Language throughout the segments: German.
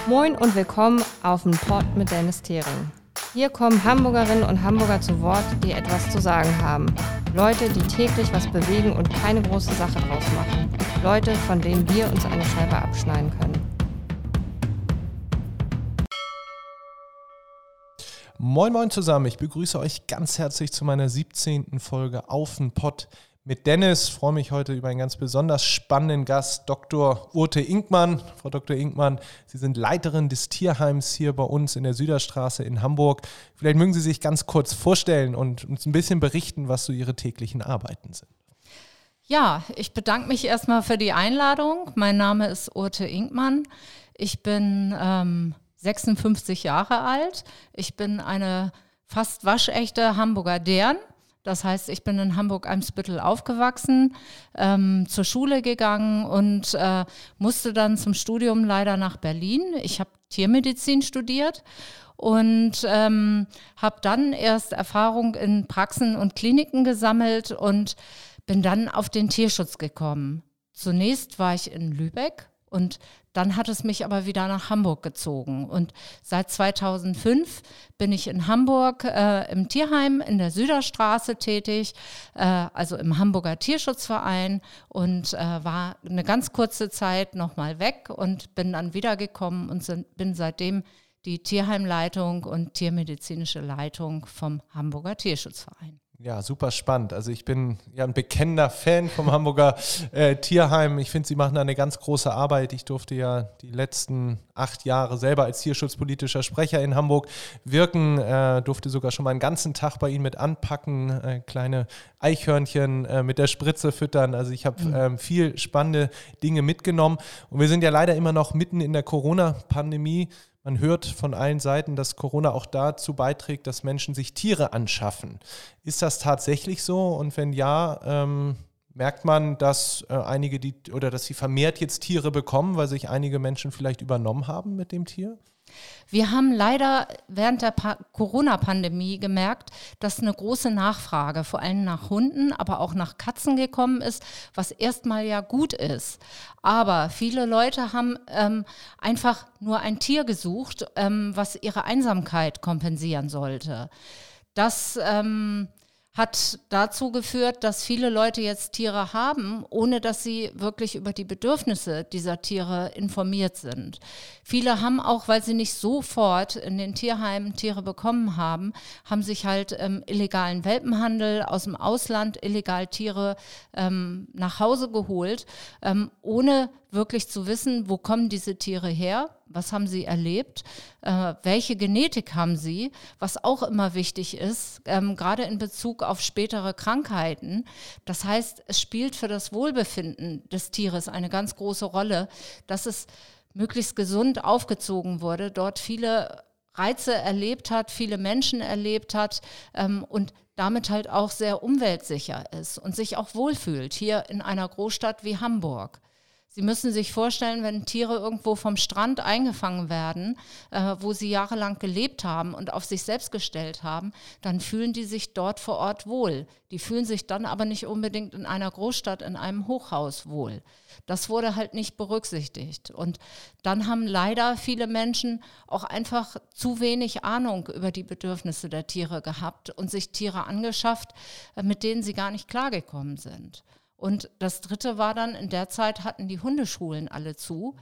Moin und willkommen auf dem Pod mit Dennis Thering. Hier kommen Hamburgerinnen und Hamburger zu Wort, die etwas zu sagen haben. Leute, die täglich was bewegen und keine große Sache draus machen. Leute, von denen wir uns eine Scheibe abschneiden können. Moin moin zusammen, ich begrüße euch ganz herzlich zu meiner 17. Folge auf den Pod mit Dennis. Ich freue mich heute über einen ganz besonders spannenden Gast, Dr. Urte Inkmann. Frau Dr. Inkmann, Sie sind Leiterin des Tierheims hier bei uns in der Süderstraße in Hamburg. Vielleicht mögen Sie sich ganz kurz vorstellen und uns ein bisschen berichten, was so Ihre täglichen Arbeiten sind. Ja, ich bedanke mich erstmal für die Einladung. Mein Name ist Urte Inkmann. Ich bin 56 Jahre alt. Ich bin eine fast waschechte Hamburger Dern. Das heißt, ich bin in Hamburg-Eimsbüttel aufgewachsen, zur Schule gegangen und musste dann zum Studium leider nach Berlin. Ich habe Tiermedizin studiert und habe dann erst Erfahrung in Praxen und Kliniken gesammelt und bin dann auf den Tierschutz gekommen. Zunächst war ich in Lübeck und dann hat es mich aber wieder nach Hamburg gezogen. Und seit 2005 bin ich in Hamburg im Tierheim in der Süderstraße tätig, also im Hamburger Tierschutzverein und war eine ganz kurze Zeit nochmal weg und bin dann wiedergekommen und bin seitdem die Tierheimleitung und tiermedizinische Leitung vom Hamburger Tierschutzverein. Ja, super spannend. Also ich bin ja ein bekennender Fan vom Hamburger Tierheim. Ich finde, Sie machen da eine ganz große Arbeit. Ich durfte ja die letzten 8 Jahre selber als tierschutzpolitischer Sprecher in Hamburg wirken, durfte sogar schon mal einen ganzen Tag bei Ihnen mit anpacken, kleine Eichhörnchen mit der Spritze füttern. Also ich habe viel spannende Dinge mitgenommen. Und wir sind ja leider immer noch mitten in der Corona-Pandemie. Man hört von allen Seiten, dass Corona auch dazu beiträgt, dass Menschen sich Tiere anschaffen. Ist das tatsächlich so? Und wenn ja, merkt man, dass dass sie vermehrt jetzt Tiere bekommen, weil sich einige Menschen vielleicht übernommen haben mit dem Tier? Wir haben leider während der Corona-Pandemie gemerkt, dass eine große Nachfrage vor allem nach Hunden, aber auch nach Katzen gekommen ist, was erstmal ja gut ist. Aber viele Leute haben einfach nur ein Tier gesucht, was ihre Einsamkeit kompensieren sollte. Das hat dazu geführt, dass viele Leute jetzt Tiere haben, ohne dass sie wirklich über die Bedürfnisse dieser Tiere informiert sind. Viele haben auch, weil sie nicht sofort in den Tierheimen Tiere bekommen haben, haben sich halt im illegalen Welpenhandel aus dem Ausland illegal Tiere nach Hause geholt, ohne wirklich zu wissen, wo kommen diese Tiere her, was haben sie erlebt, welche Genetik haben sie, was auch immer wichtig ist, gerade in Bezug auf spätere Krankheiten. Das heißt, es spielt für das Wohlbefinden des Tieres eine ganz große Rolle, dass es möglichst gesund aufgezogen wurde, dort viele Reize erlebt hat, viele Menschen erlebt hat und damit halt auch sehr umweltsicher ist und sich auch wohlfühlt, hier in einer Großstadt wie Hamburg. Sie müssen sich vorstellen, wenn Tiere irgendwo vom Strand eingefangen werden, wo sie jahrelang gelebt haben und auf sich selbst gestellt haben, dann fühlen die sich dort vor Ort wohl. Die fühlen sich dann aber nicht unbedingt in einer Großstadt, in einem Hochhaus wohl. Das wurde halt nicht berücksichtigt. Und dann haben leider viele Menschen auch einfach zu wenig Ahnung über die Bedürfnisse der Tiere gehabt und sich Tiere angeschafft, mit denen sie gar nicht klargekommen sind. Und das Dritte war dann, in der Zeit hatten die Hundeschulen alle zu.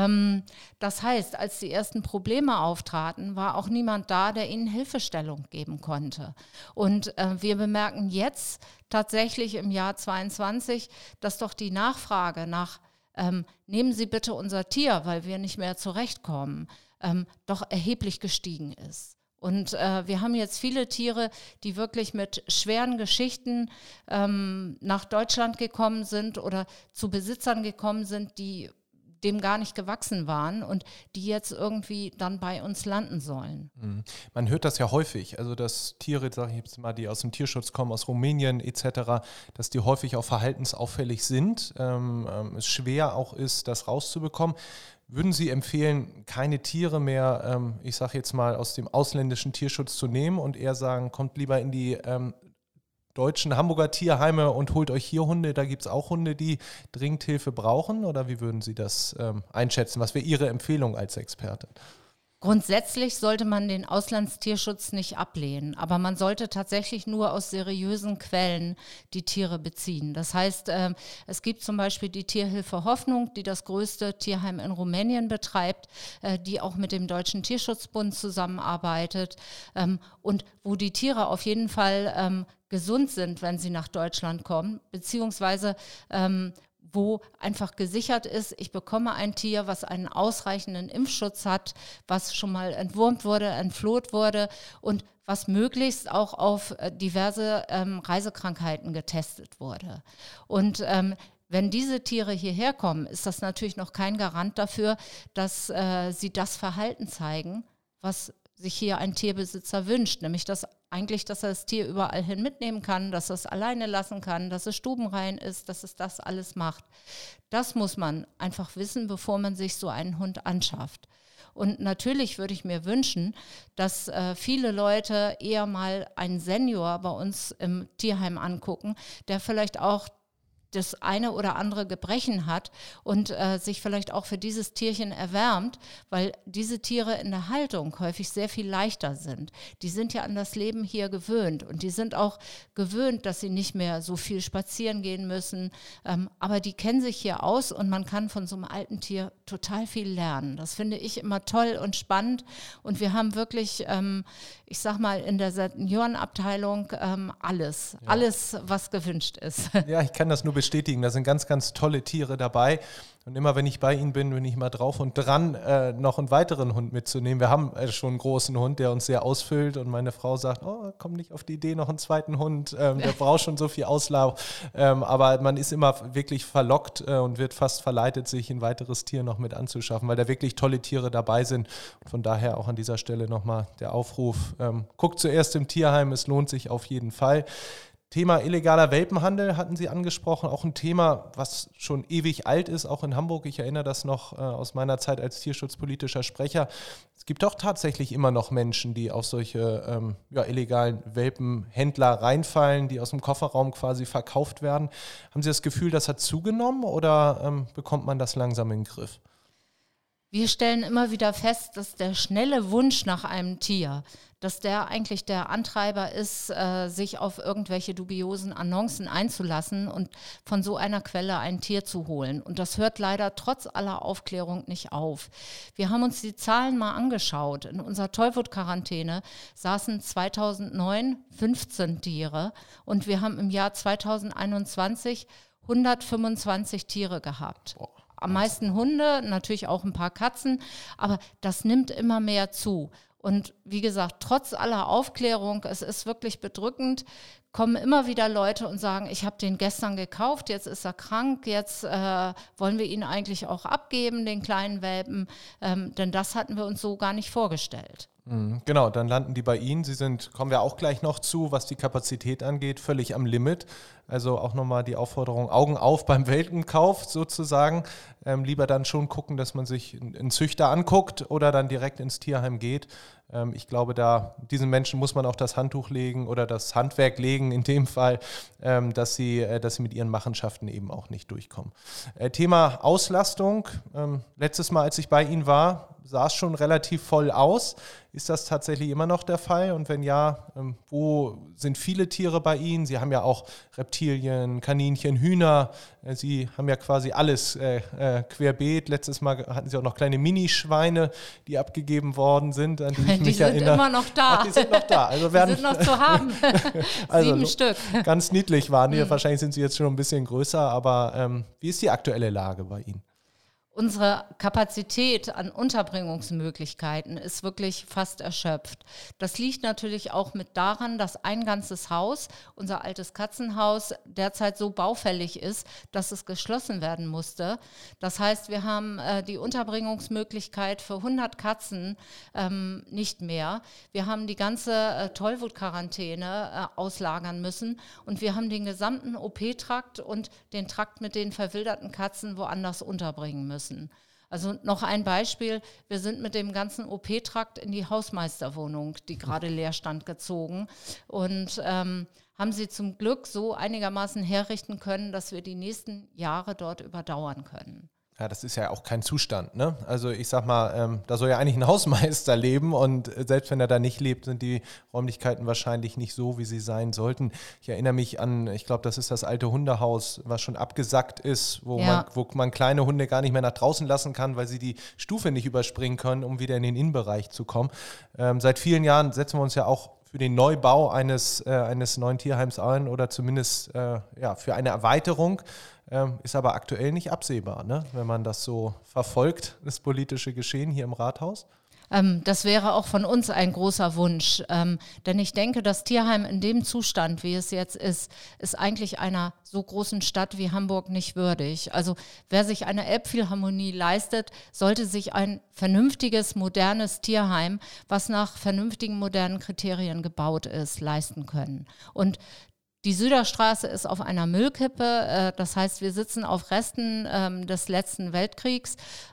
Das heißt, als die ersten Probleme auftraten, war auch niemand da, der ihnen Hilfestellung geben konnte. Und wir bemerken jetzt tatsächlich im Jahr 2022, dass doch die Nachfrage nach nehmen Sie bitte unser Tier, weil wir nicht mehr zurechtkommen, doch erheblich gestiegen ist. Und wir haben jetzt viele Tiere, die wirklich mit schweren Geschichten nach Deutschland gekommen sind oder zu Besitzern gekommen sind, die dem gar nicht gewachsen waren und die jetzt irgendwie dann bei uns landen sollen. Man hört das ja häufig, also dass Tiere, sage ich jetzt mal, die aus dem Tierschutz kommen, aus Rumänien etc., dass die häufig auch verhaltensauffällig sind, es schwer auch ist, das rauszubekommen. Würden Sie empfehlen, keine Tiere mehr, ich sage jetzt mal, aus dem ausländischen Tierschutz zu nehmen und eher sagen, kommt lieber in die deutschen Hamburger Tierheime und holt euch hier Hunde. Da gibt es auch Hunde, die dringend Hilfe brauchen. Oder wie würden Sie das einschätzen? Was wäre Ihre Empfehlung als Expertin? Grundsätzlich sollte man den Auslandstierschutz nicht ablehnen, aber man sollte tatsächlich nur aus seriösen Quellen die Tiere beziehen. Das heißt, es gibt zum Beispiel die Tierhilfe Hoffnung, die das größte Tierheim in Rumänien betreibt, die auch mit dem Deutschen Tierschutzbund zusammenarbeitet und wo die Tiere auf jeden Fall gesund sind, wenn sie nach Deutschland kommen, beziehungsweise wo einfach gesichert ist, ich bekomme ein Tier, was einen ausreichenden Impfschutz hat, was schon mal entwurmt wurde, entfloht wurde und was möglichst auch auf diverse Reisekrankheiten getestet wurde. Und wenn diese Tiere hierher kommen, ist das natürlich noch kein Garant dafür, dass sie das Verhalten zeigen, was sich hier ein Tierbesitzer wünscht, nämlich dass er das Tier überall hin mitnehmen kann, dass er es alleine lassen kann, dass es stubenrein ist, dass es das alles macht. Das muss man einfach wissen, bevor man sich so einen Hund anschafft. Und natürlich würde ich mir wünschen, dass viele Leute eher mal einen Senior bei uns im Tierheim angucken, der vielleicht auch das eine oder andere Gebrechen hat und sich vielleicht auch für dieses Tierchen erwärmt, weil diese Tiere in der Haltung häufig sehr viel leichter sind. Die sind ja an das Leben hier gewöhnt und die sind auch gewöhnt, dass sie nicht mehr so viel spazieren gehen müssen, aber die kennen sich hier aus und man kann von so einem alten Tier total viel lernen. Das finde ich immer toll und spannend und wir haben wirklich, ich sag mal, in der Seniorenabteilung alles, was gewünscht ist. Ja, ich kann das nur bestätigen. Da sind ganz, ganz tolle Tiere dabei. Und immer, wenn ich bei Ihnen bin ich mal drauf und dran, noch einen weiteren Hund mitzunehmen. Wir haben schon einen großen Hund, der uns sehr ausfüllt. Und meine Frau sagt, komm nicht auf die Idee, noch einen zweiten Hund. Der braucht schon so viel Auslauf. Aber man ist immer wirklich verlockt und wird fast verleitet, sich ein weiteres Tier noch mit anzuschaffen, weil da wirklich tolle Tiere dabei sind. Und von daher auch an dieser Stelle nochmal der Aufruf. Guckt zuerst im Tierheim, es lohnt sich auf jeden Fall. Thema illegaler Welpenhandel hatten Sie angesprochen, auch ein Thema, was schon ewig alt ist, auch in Hamburg. Ich erinnere das noch aus meiner Zeit als tierschutzpolitischer Sprecher. Es gibt doch tatsächlich immer noch Menschen, die auf solche illegalen Welpenhändler reinfallen, die aus dem Kofferraum quasi verkauft werden. Haben Sie das Gefühl, das hat zugenommen oder bekommt man das langsam in den Griff? Wir stellen immer wieder fest, dass der schnelle Wunsch nach einem Tier, dass der eigentlich der Antreiber ist, sich auf irgendwelche dubiosen Annoncen einzulassen und von so einer Quelle ein Tier zu holen. Und das hört leider trotz aller Aufklärung nicht auf. Wir haben uns die Zahlen mal angeschaut. In unserer Tollwut-Quarantäne saßen 2009 15 Tiere und wir haben im Jahr 2021 125 Tiere gehabt. Boah. Am meisten Hunde, natürlich auch ein paar Katzen, aber das nimmt immer mehr zu. Und wie gesagt, trotz aller Aufklärung, es ist wirklich bedrückend, kommen immer wieder Leute und sagen, ich habe den gestern gekauft, jetzt ist er krank, jetzt wollen wir ihn eigentlich auch abgeben, den kleinen Welpen, denn das hatten wir uns so gar nicht vorgestellt. Genau, dann landen die bei Ihnen. Sie sind, kommen wir auch gleich noch zu, was die Kapazität angeht, völlig am Limit. Also auch nochmal die Aufforderung, Augen auf beim Welpenkauf sozusagen. Lieber dann schon gucken, dass man sich einen Züchter anguckt oder dann direkt ins Tierheim geht. Ich glaube, diesen Menschen muss man auch das Handtuch legen oder das Handwerk legen in dem Fall, dass sie mit ihren Machenschaften eben auch nicht durchkommen. Thema Auslastung. Letztes Mal, als ich bei Ihnen war, sah es schon relativ voll aus. Ist das tatsächlich immer noch der Fall? Und wenn ja, wo sind viele Tiere bei Ihnen? Sie haben ja auch Reptilien, Kaninchen, Hühner. Sie haben ja quasi alles querbeet. Letztes Mal hatten Sie auch noch kleine Minischweine, die abgegeben worden sind, an die ich mich erinnere. Die sind immer noch da. Ach, die sind noch da. Also die sind noch zu haben. Also 7 Stück. Ganz niedlich waren die. Wahrscheinlich sind sie jetzt schon ein bisschen größer. Aber wie ist die aktuelle Lage bei Ihnen? Unsere Kapazität an Unterbringungsmöglichkeiten ist wirklich fast erschöpft. Das liegt natürlich auch mit daran, dass ein ganzes Haus, unser altes Katzenhaus, derzeit so baufällig ist, dass es geschlossen werden musste. Das heißt, wir haben die Unterbringungsmöglichkeit für 100 Katzen nicht mehr. Wir haben die ganze Tollwut-Quarantäne auslagern müssen und wir haben den gesamten OP-Trakt und den Trakt mit den verwilderten Katzen woanders unterbringen müssen. Also noch ein Beispiel, wir sind mit dem ganzen OP-Trakt in die Hausmeisterwohnung, die gerade leer stand, gezogen und haben sie zum Glück so einigermaßen herrichten können, dass wir die nächsten Jahre dort überdauern können. Ja, das ist ja auch kein Zustand, ne? Also ich sag mal, da soll ja eigentlich ein Hausmeister leben und selbst wenn er da nicht lebt, sind die Räumlichkeiten wahrscheinlich nicht so, wie sie sein sollten. Ich erinnere mich an, ich glaube, das ist das alte Hundehaus, was schon abgesackt ist, wo man kleine Hunde gar nicht mehr nach draußen lassen kann, weil sie die Stufe nicht überspringen können, um wieder in den Innenbereich zu kommen. Seit vielen Jahren setzen wir uns ja auch für den Neubau eines neuen Tierheims ein oder zumindest für eine Erweiterung. Ist aber aktuell nicht absehbar, ne? Wenn man das so verfolgt, das politische Geschehen hier im Rathaus. Das wäre auch von uns ein großer Wunsch, denn ich denke, das Tierheim in dem Zustand, wie es jetzt ist eigentlich einer so großen Stadt wie Hamburg nicht würdig. Also wer sich eine Elbphilharmonie leistet, sollte sich ein vernünftiges, modernes Tierheim, was nach vernünftigen, modernen Kriterien gebaut ist, leisten können. Und die Süderstraße ist auf einer Müllkippe, das heißt, wir sitzen auf Resten des letzten Weltkriegs.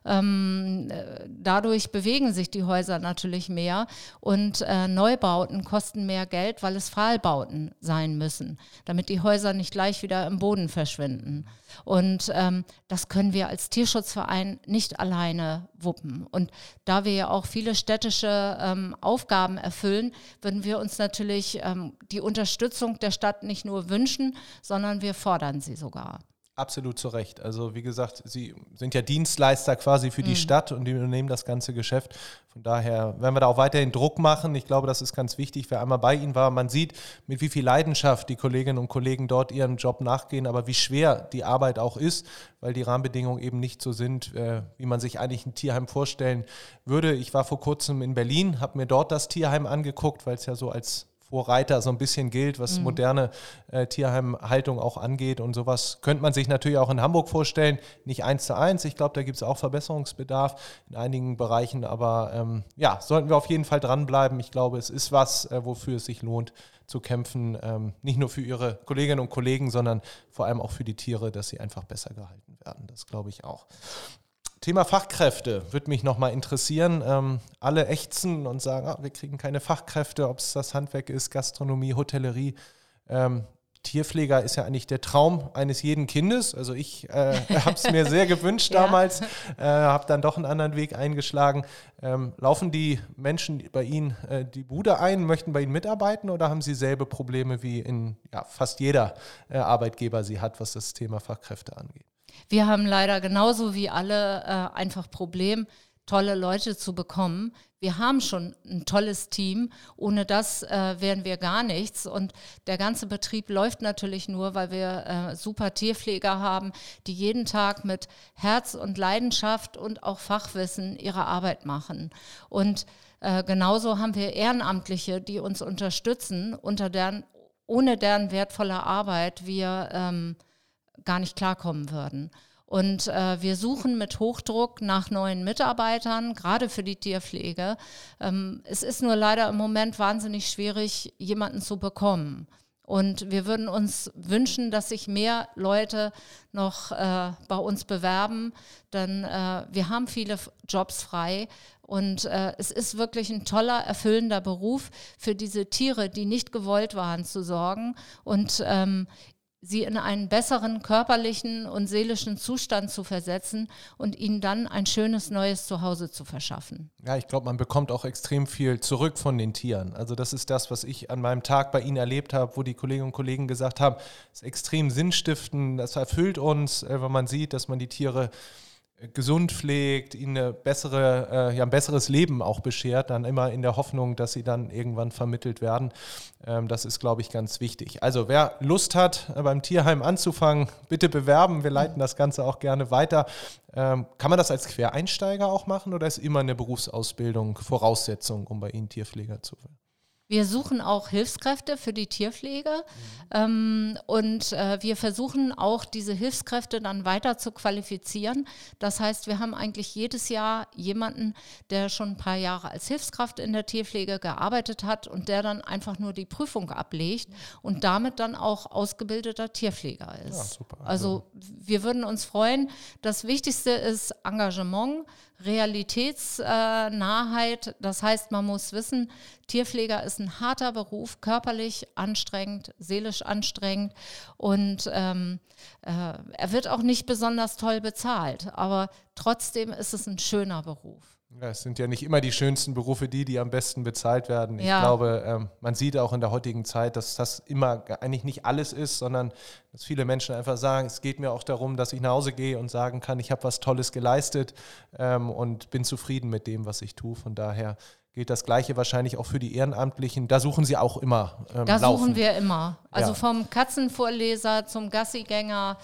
Dadurch bewegen sich die Häuser natürlich mehr und Neubauten kosten mehr Geld, weil es Pfahlbauten sein müssen, damit die Häuser nicht gleich wieder im Boden verschwinden. Und das können wir als Tierschutzverein nicht alleine wuppen. Und da wir ja auch viele städtische Aufgaben erfüllen, würden wir uns natürlich die Unterstützung der Stadt nicht nur wünschen, sondern wir fordern sie sogar. Absolut zu Recht. Also wie gesagt, Sie sind ja Dienstleister quasi für die Stadt und die übernehmen das ganze Geschäft. Von daher werden wir da auch weiterhin Druck machen. Ich glaube, das ist ganz wichtig, wer einmal bei Ihnen war. Man sieht, mit wie viel Leidenschaft die Kolleginnen und Kollegen dort ihrem Job nachgehen, aber wie schwer die Arbeit auch ist, weil die Rahmenbedingungen eben nicht so sind, wie man sich eigentlich ein Tierheim vorstellen würde. Ich war vor kurzem in Berlin, habe mir dort das Tierheim angeguckt, weil es ja so als Vorreiter so ein bisschen gilt, was moderne Tierheimhaltung auch angeht und sowas könnte man sich natürlich auch in Hamburg vorstellen, nicht 1:1, ich glaube, da gibt es auch Verbesserungsbedarf in einigen Bereichen, aber sollten wir auf jeden Fall dranbleiben. Ich glaube, es ist was, wofür es sich lohnt zu kämpfen, nicht nur für Ihre Kolleginnen und Kollegen, sondern vor allem auch für die Tiere, dass sie einfach besser gehalten werden, das glaube ich auch. Thema Fachkräfte würde mich nochmal interessieren. Alle ächzen und sagen, wir kriegen keine Fachkräfte, ob es das Handwerk ist, Gastronomie, Hotellerie. Tierpfleger ist ja eigentlich der Traum eines jeden Kindes. Also ich habe es mir sehr gewünscht damals, habe dann doch einen anderen Weg eingeschlagen. Laufen die Menschen bei Ihnen die Bude ein, möchten bei Ihnen mitarbeiten oder haben Sie selbe Probleme wie in fast jeder Arbeitgeber sie hat, was das Thema Fachkräfte angeht? Wir haben leider genauso wie alle einfach Problem, tolle Leute zu bekommen. Wir haben schon ein tolles Team. Ohne das wären wir gar nichts. Und der ganze Betrieb läuft natürlich nur, weil wir super Tierpfleger haben, die jeden Tag mit Herz und Leidenschaft und auch Fachwissen ihre Arbeit machen. Und genauso haben wir Ehrenamtliche, die uns unterstützen, ohne deren wertvolle Arbeit wir gar nicht klarkommen würden. Und wir suchen mit Hochdruck nach neuen Mitarbeitern, gerade für die Tierpflege. Es ist nur leider im Moment wahnsinnig schwierig, jemanden zu bekommen. Und wir würden uns wünschen, dass sich mehr Leute noch bei uns bewerben, denn wir haben viele Jobs frei. Und es ist wirklich ein toller, erfüllender Beruf, für diese Tiere, die nicht gewollt waren, zu sorgen und sie in einen besseren körperlichen und seelischen Zustand zu versetzen und ihnen dann ein schönes neues Zuhause zu verschaffen. Ja, ich glaube, man bekommt auch extrem viel zurück von den Tieren. Also das ist das, was ich an meinem Tag bei Ihnen erlebt habe, wo die Kolleginnen und Kollegen gesagt haben, es ist extrem sinnstiftend, das erfüllt uns, wenn man sieht, dass man die Tiere gesund pflegt, ihnen ein besseres Leben auch beschert, dann immer in der Hoffnung, dass sie dann irgendwann vermittelt werden. Das ist, glaube ich, ganz wichtig. Also wer Lust hat, beim Tierheim anzufangen, bitte bewerben. Wir leiten das Ganze auch gerne weiter. Kann man das als Quereinsteiger auch machen oder ist immer eine Berufsausbildung Voraussetzung, um bei Ihnen Tierpfleger zu werden? Wir suchen auch Hilfskräfte für die Tierpflege und wir versuchen auch diese Hilfskräfte dann weiter zu qualifizieren. Das heißt, wir haben eigentlich jedes Jahr jemanden, der schon ein paar Jahre als Hilfskraft in der Tierpflege gearbeitet hat und der dann einfach nur die Prüfung ablegt und damit dann auch ausgebildeter Tierpfleger ist. Ja, super. Also wir würden uns freuen. Das Wichtigste ist Engagement, Realitätsnaheit. Das heißt, man muss wissen, Tierpfleger ist ein harter Beruf, körperlich anstrengend, seelisch anstrengend und er wird auch nicht besonders toll bezahlt, aber trotzdem ist es ein schöner Beruf. Ja, es sind ja nicht immer die schönsten Berufe, die am besten bezahlt werden. Ich Ja. glaube, man sieht auch in der heutigen Zeit, dass das immer eigentlich nicht alles ist, sondern dass viele Menschen einfach sagen, es geht mir auch darum, dass ich nach Hause gehe und sagen kann, ich habe was Tolles geleistet und bin zufrieden mit dem, was ich tue. Von daher gilt das Gleiche wahrscheinlich auch für die Ehrenamtlichen. Da suchen Sie auch immer Da laufen. suchen wir immer. Also Ja. vom Katzenvorleser zum Gassigänger.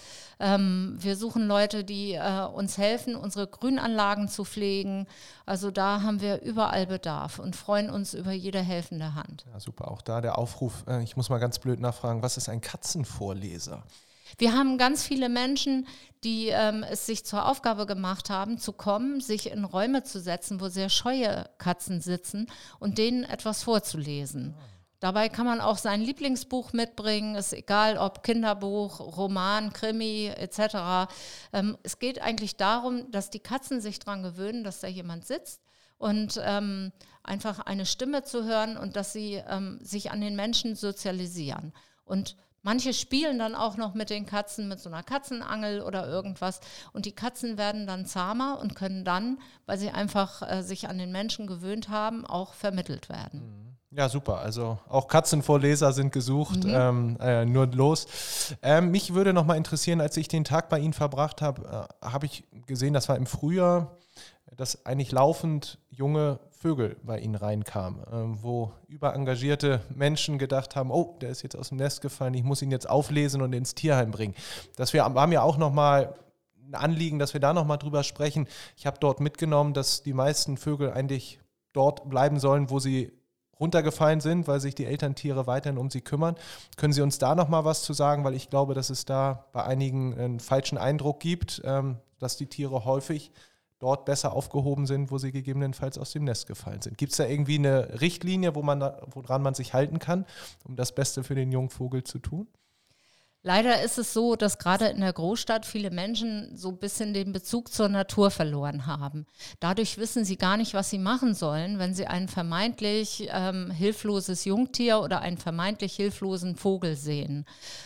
Wir suchen Leute, die uns helfen, unsere Grünanlagen zu pflegen. Also da haben wir überall Bedarf und freuen uns über jede helfende Hand. Ja, super. Auch da der Aufruf, ich muss mal ganz blöd nachfragen, was ist ein Katzenvorleser? Wir haben ganz viele Menschen, die es sich zur Aufgabe gemacht haben, zu kommen, sich in Räume zu setzen, wo sehr scheue Katzen sitzen und denen etwas vorzulesen. Dabei kann man auch sein Lieblingsbuch mitbringen, ist egal ob Kinderbuch, Roman, Krimi etc. Es geht eigentlich darum, dass die Katzen sich daran gewöhnen, dass da jemand sitzt und einfach eine Stimme zu hören und dass sie sich an den Menschen sozialisieren. Und manche spielen dann auch noch mit den Katzen, mit so einer Katzenangel oder irgendwas. Und die Katzen werden dann zahmer und können dann, weil sie einfach sich an den Menschen gewöhnt haben, auch vermittelt werden. Ja, super. Also auch Katzenvorleser sind gesucht. Nur los. Mich würde noch mal interessieren, als ich den Tag bei Ihnen verbracht habe, habe ich gesehen, das war im Frühjahr, dass eigentlich laufend junge Vögel bei Ihnen reinkamen, wo überengagierte Menschen gedacht haben, oh, der ist jetzt aus dem Nest gefallen, ich muss ihn jetzt auflesen und ins Tierheim bringen. Das war mir auch noch mal ein Anliegen, dass wir da noch mal drüber sprechen. Ich habe dort mitgenommen, dass die meisten Vögel eigentlich dort bleiben sollen, wo sie runtergefallen sind, weil sich die Elterntiere weiterhin um sie kümmern. Können Sie uns da noch mal was zu sagen? Weil ich glaube, dass es da bei einigen einen falschen Eindruck gibt, dass die Tiere häufig dort besser aufgehoben sind, wo sie gegebenenfalls aus dem Nest gefallen sind. Gibt es da irgendwie eine Richtlinie, woran man sich halten kann, um das Beste für den Jungvogel zu tun? Leider ist es so, dass gerade in der Großstadt viele Menschen so ein bisschen den Bezug zur Natur verloren haben. Dadurch wissen sie gar nicht, was sie machen sollen, wenn sie ein vermeintlich hilfloses Jungtier oder einen vermeintlich hilflosen Vogel sehen.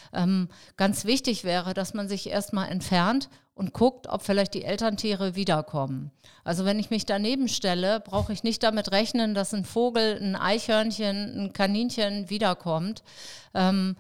Ganz wichtig wäre, dass man sich erstmal entfernt und guckt, ob vielleicht die Elterntiere wiederkommen. Also wenn ich mich daneben stelle, brauche ich nicht damit rechnen, dass ein Vogel, ein Eichhörnchen, ein Kaninchen wiederkommt. Dann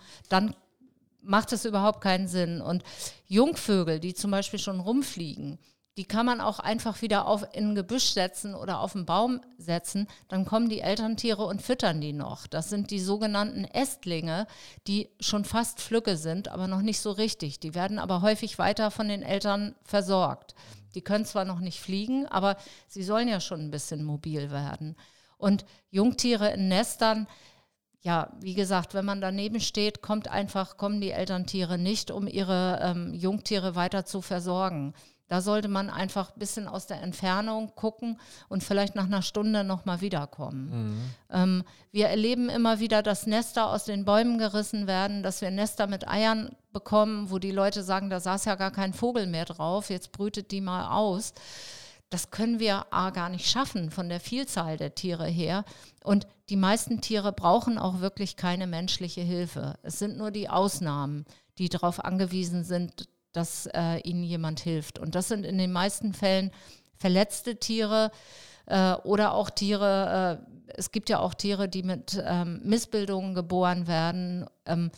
macht es überhaupt keinen Sinn. Und Jungvögel, die zum Beispiel schon rumfliegen, die kann man auch einfach wieder in ein Gebüsch setzen oder auf einen Baum setzen. Dann kommen die Elterntiere und füttern die noch. Das sind die sogenannten Ästlinge, die schon fast Flügge sind, aber noch nicht so richtig. Die werden aber häufig weiter von den Eltern versorgt. Die können zwar noch nicht fliegen, aber sie sollen ja schon ein bisschen mobil werden. Und Jungtiere in Nestern, ja, wie gesagt, wenn man daneben steht, kommen die Elterntiere nicht, um ihre Jungtiere weiter zu versorgen. Da sollte man einfach ein bisschen aus der Entfernung gucken und vielleicht nach einer Stunde nochmal wiederkommen. Wir erleben immer wieder, dass Nester aus den Bäumen gerissen werden, dass wir Nester mit Eiern bekommen, wo die Leute sagen, da saß ja gar kein Vogel mehr drauf, jetzt brütet die mal aus. Das können wir gar nicht schaffen von der Vielzahl der Tiere her. Und die meisten Tiere brauchen auch wirklich keine menschliche Hilfe. Es sind nur die Ausnahmen, die darauf angewiesen sind, dass ihnen jemand hilft. Und das sind in den meisten Fällen verletzte Tiere oder auch Tiere, es gibt ja auch Tiere, die mit Missbildungen geboren werden,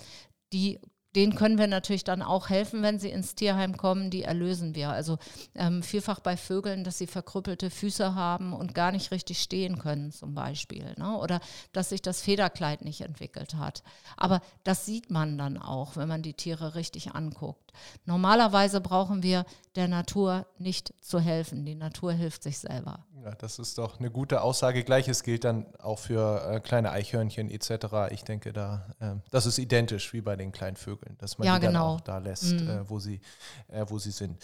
denen können wir natürlich dann auch helfen, wenn sie ins Tierheim kommen, die erlösen wir. Also vielfach bei Vögeln, dass sie verkrüppelte Füße haben und gar nicht richtig stehen können zum Beispiel, ne? Oder dass sich das Federkleid nicht entwickelt hat. Aber das sieht man dann auch, wenn man die Tiere richtig anguckt. Normalerweise brauchen wir der Natur nicht zu helfen. Die Natur hilft sich selber. Ja, das ist doch eine gute Aussage. Gleiches gilt dann auch für kleine Eichhörnchen etc. Ich denke, das ist identisch wie bei den kleinen Vögeln, dass man die dann auch da lässt, wo sie sind.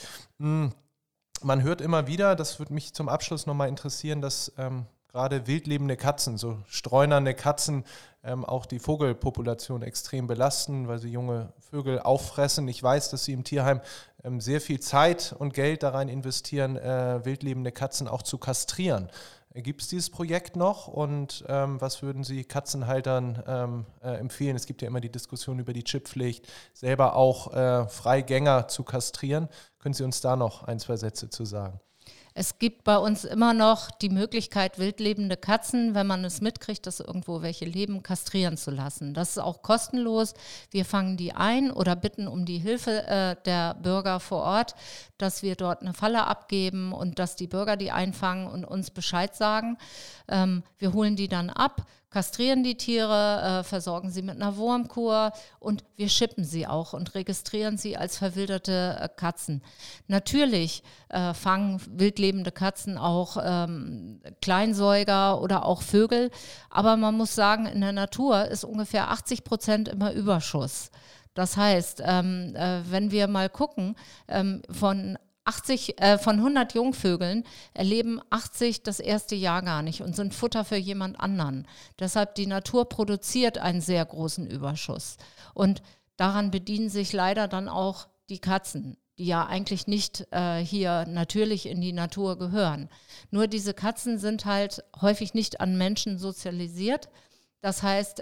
Man hört immer wieder, das würde mich zum Abschluss nochmal interessieren, dass gerade wildlebende Katzen, so streunernde Katzen, auch die Vogelpopulation extrem belasten, weil sie junge Vögel auffressen. Ich weiß, dass Sie im Tierheim sehr viel Zeit und Geld da rein investieren, wildlebende Katzen auch zu kastrieren. Gibt es dieses Projekt noch und was würden Sie Katzenhaltern empfehlen? Es gibt ja immer die Diskussion über die Chipppflicht, selber auch Freigänger zu kastrieren. Können Sie uns da noch 1, 2 Sätze zu sagen? Es gibt bei uns immer noch die Möglichkeit, wildlebende Katzen, wenn man es mitkriegt, dass irgendwo welche leben, kastrieren zu lassen. Das ist auch kostenlos. Wir fangen die ein oder bitten um die Hilfe der Bürger vor Ort, dass wir dort eine Falle abgeben und dass die Bürger die einfangen und uns Bescheid sagen. Wir holen die dann ab, kastrieren die Tiere, versorgen sie mit einer Wurmkur und wir chippen sie auch und registrieren sie als verwilderte Katzen. Natürlich fangen wildlebende Katzen auch Kleinsäuger oder auch Vögel, aber man muss sagen, in der Natur ist ungefähr 80% immer Überschuss. Das heißt, wenn wir mal gucken, von 100 Jungvögeln erleben 80 das erste Jahr gar nicht und sind Futter für jemand anderen. Deshalb die Natur produziert einen sehr großen Überschuss. Und daran bedienen sich leider dann auch die Katzen, die ja eigentlich nicht hier natürlich in die Natur gehören. Nur diese Katzen sind halt häufig nicht an Menschen sozialisiert. Das heißt,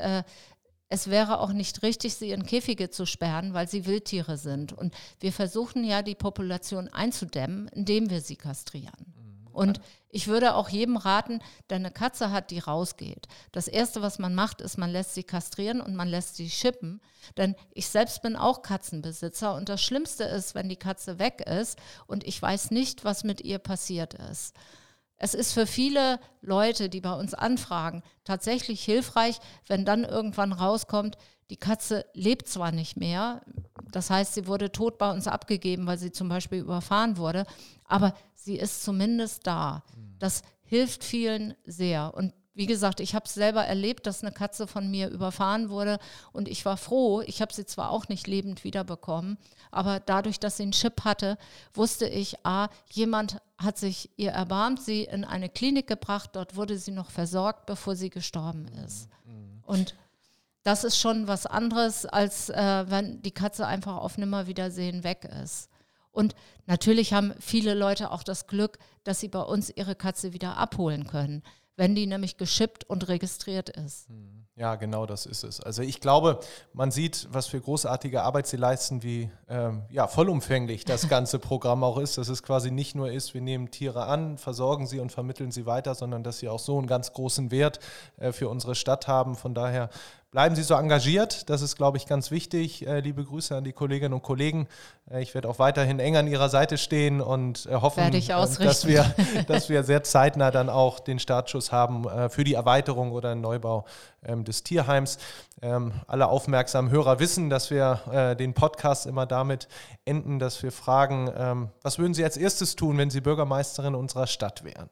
es wäre auch nicht richtig, sie in Käfige zu sperren, weil sie Wildtiere sind. Und wir versuchen ja, die Population einzudämmen, indem wir sie kastrieren. Und ich würde auch jedem raten, der eine Katze hat, die rausgeht. Das Erste, was man macht, ist, man lässt sie kastrieren und man lässt sie chippen. Denn ich selbst bin auch Katzenbesitzer und das Schlimmste ist, wenn die Katze weg ist und ich weiß nicht, was mit ihr passiert ist. Es ist für viele Leute, die bei uns anfragen, tatsächlich hilfreich, wenn dann irgendwann rauskommt, die Katze lebt zwar nicht mehr, das heißt, sie wurde tot bei uns abgegeben, weil sie zum Beispiel überfahren wurde, aber sie ist zumindest da. Das hilft vielen sehr. Und wie gesagt, ich habe es selber erlebt, dass eine Katze von mir überfahren wurde und ich war froh, ich habe sie zwar auch nicht lebend wiederbekommen, aber dadurch, dass sie einen Chip hatte, wusste ich, jemand hat sich ihr erbarmt, sie in eine Klinik gebracht, dort wurde sie noch versorgt, bevor sie gestorben ist. Und das ist schon was anderes, als wenn die Katze einfach auf Nimmerwiedersehen weg ist. Und natürlich haben viele Leute auch das Glück, dass sie bei uns ihre Katze wieder abholen können, wenn die nämlich geschippt und registriert ist. Ja, genau, das ist es. Also ich glaube, man sieht, was für großartige Arbeit sie leisten, wie vollumfänglich das ganze Programm auch ist. Dass es quasi nicht nur ist, wir nehmen Tiere an, versorgen sie und vermitteln sie weiter, sondern dass sie auch so einen ganz großen Wert für unsere Stadt haben. Von daher bleiben Sie so engagiert, das ist, glaube ich, ganz wichtig. Liebe Grüße an die Kolleginnen und Kollegen. Ich werde auch weiterhin eng an Ihrer Seite stehen und hoffen, dass wir sehr zeitnah dann auch den Startschuss haben für die Erweiterung oder den Neubau des Tierheims. Alle aufmerksamen Hörer wissen, dass wir den Podcast immer damit enden, dass wir fragen, was würden Sie als erstes tun, wenn Sie Bürgermeisterin unserer Stadt wären?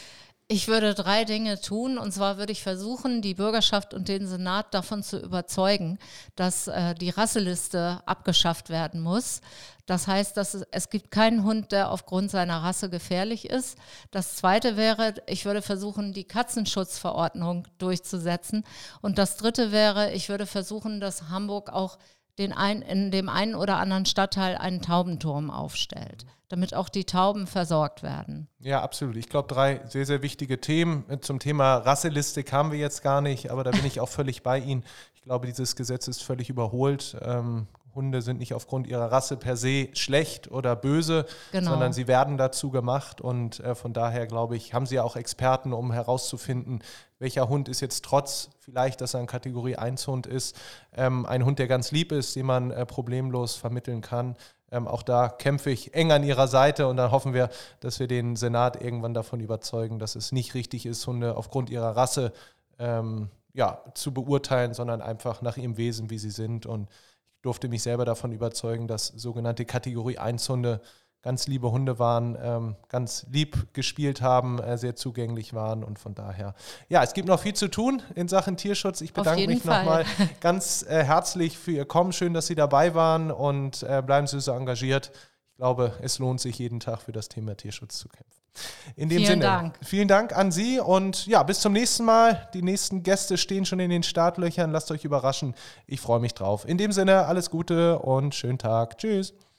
Ich würde 3 Dinge tun, und zwar würde ich versuchen, die Bürgerschaft und den Senat davon zu überzeugen, dass die Rasseliste abgeschafft werden muss. Das heißt, dass es gibt keinen Hund, der aufgrund seiner Rasse gefährlich ist. Das Zweite wäre, ich würde versuchen, die Katzenschutzverordnung durchzusetzen. Und das Dritte wäre, ich würde versuchen, dass Hamburg auch in dem einen oder anderen Stadtteil einen Taubenturm aufstellt, damit auch die Tauben versorgt werden. Ja, absolut. Ich glaube, 3 sehr, sehr wichtige Themen. Zum Thema Rasseliste kamen wir jetzt gar nicht, aber da bin ich auch völlig bei Ihnen. Ich glaube, dieses Gesetz ist völlig überholt. Hunde sind nicht aufgrund ihrer Rasse per se schlecht oder böse, sondern sie werden dazu gemacht und von daher, glaube ich, haben Sie ja auch Experten, um herauszufinden, welcher Hund ist jetzt trotz vielleicht, dass er ein Kategorie 1 Hund ist, ein Hund, der ganz lieb ist, den man problemlos vermitteln kann. Auch da kämpfe ich eng an Ihrer Seite und dann hoffen wir, dass wir den Senat irgendwann davon überzeugen, dass es nicht richtig ist, Hunde aufgrund ihrer Rasse zu beurteilen, sondern einfach nach ihrem Wesen, wie sie sind. Und ich durfte mich selber davon überzeugen, dass sogenannte Kategorie 1 Hunde ganz liebe Hunde waren, ganz lieb gespielt haben, sehr zugänglich waren und von daher, ja, es gibt noch viel zu tun in Sachen Tierschutz. Ich bedanke mich nochmal ganz herzlich für Ihr Kommen. Schön, dass Sie dabei waren und bleiben Sie so engagiert. Ich glaube, es lohnt sich jeden Tag für das Thema Tierschutz zu kämpfen. In dem Sinne, vielen Dank an Sie und ja, bis zum nächsten Mal. Die nächsten Gäste stehen schon in den Startlöchern. Lasst euch überraschen. Ich freue mich drauf. In dem Sinne, alles Gute und schönen Tag. Tschüss.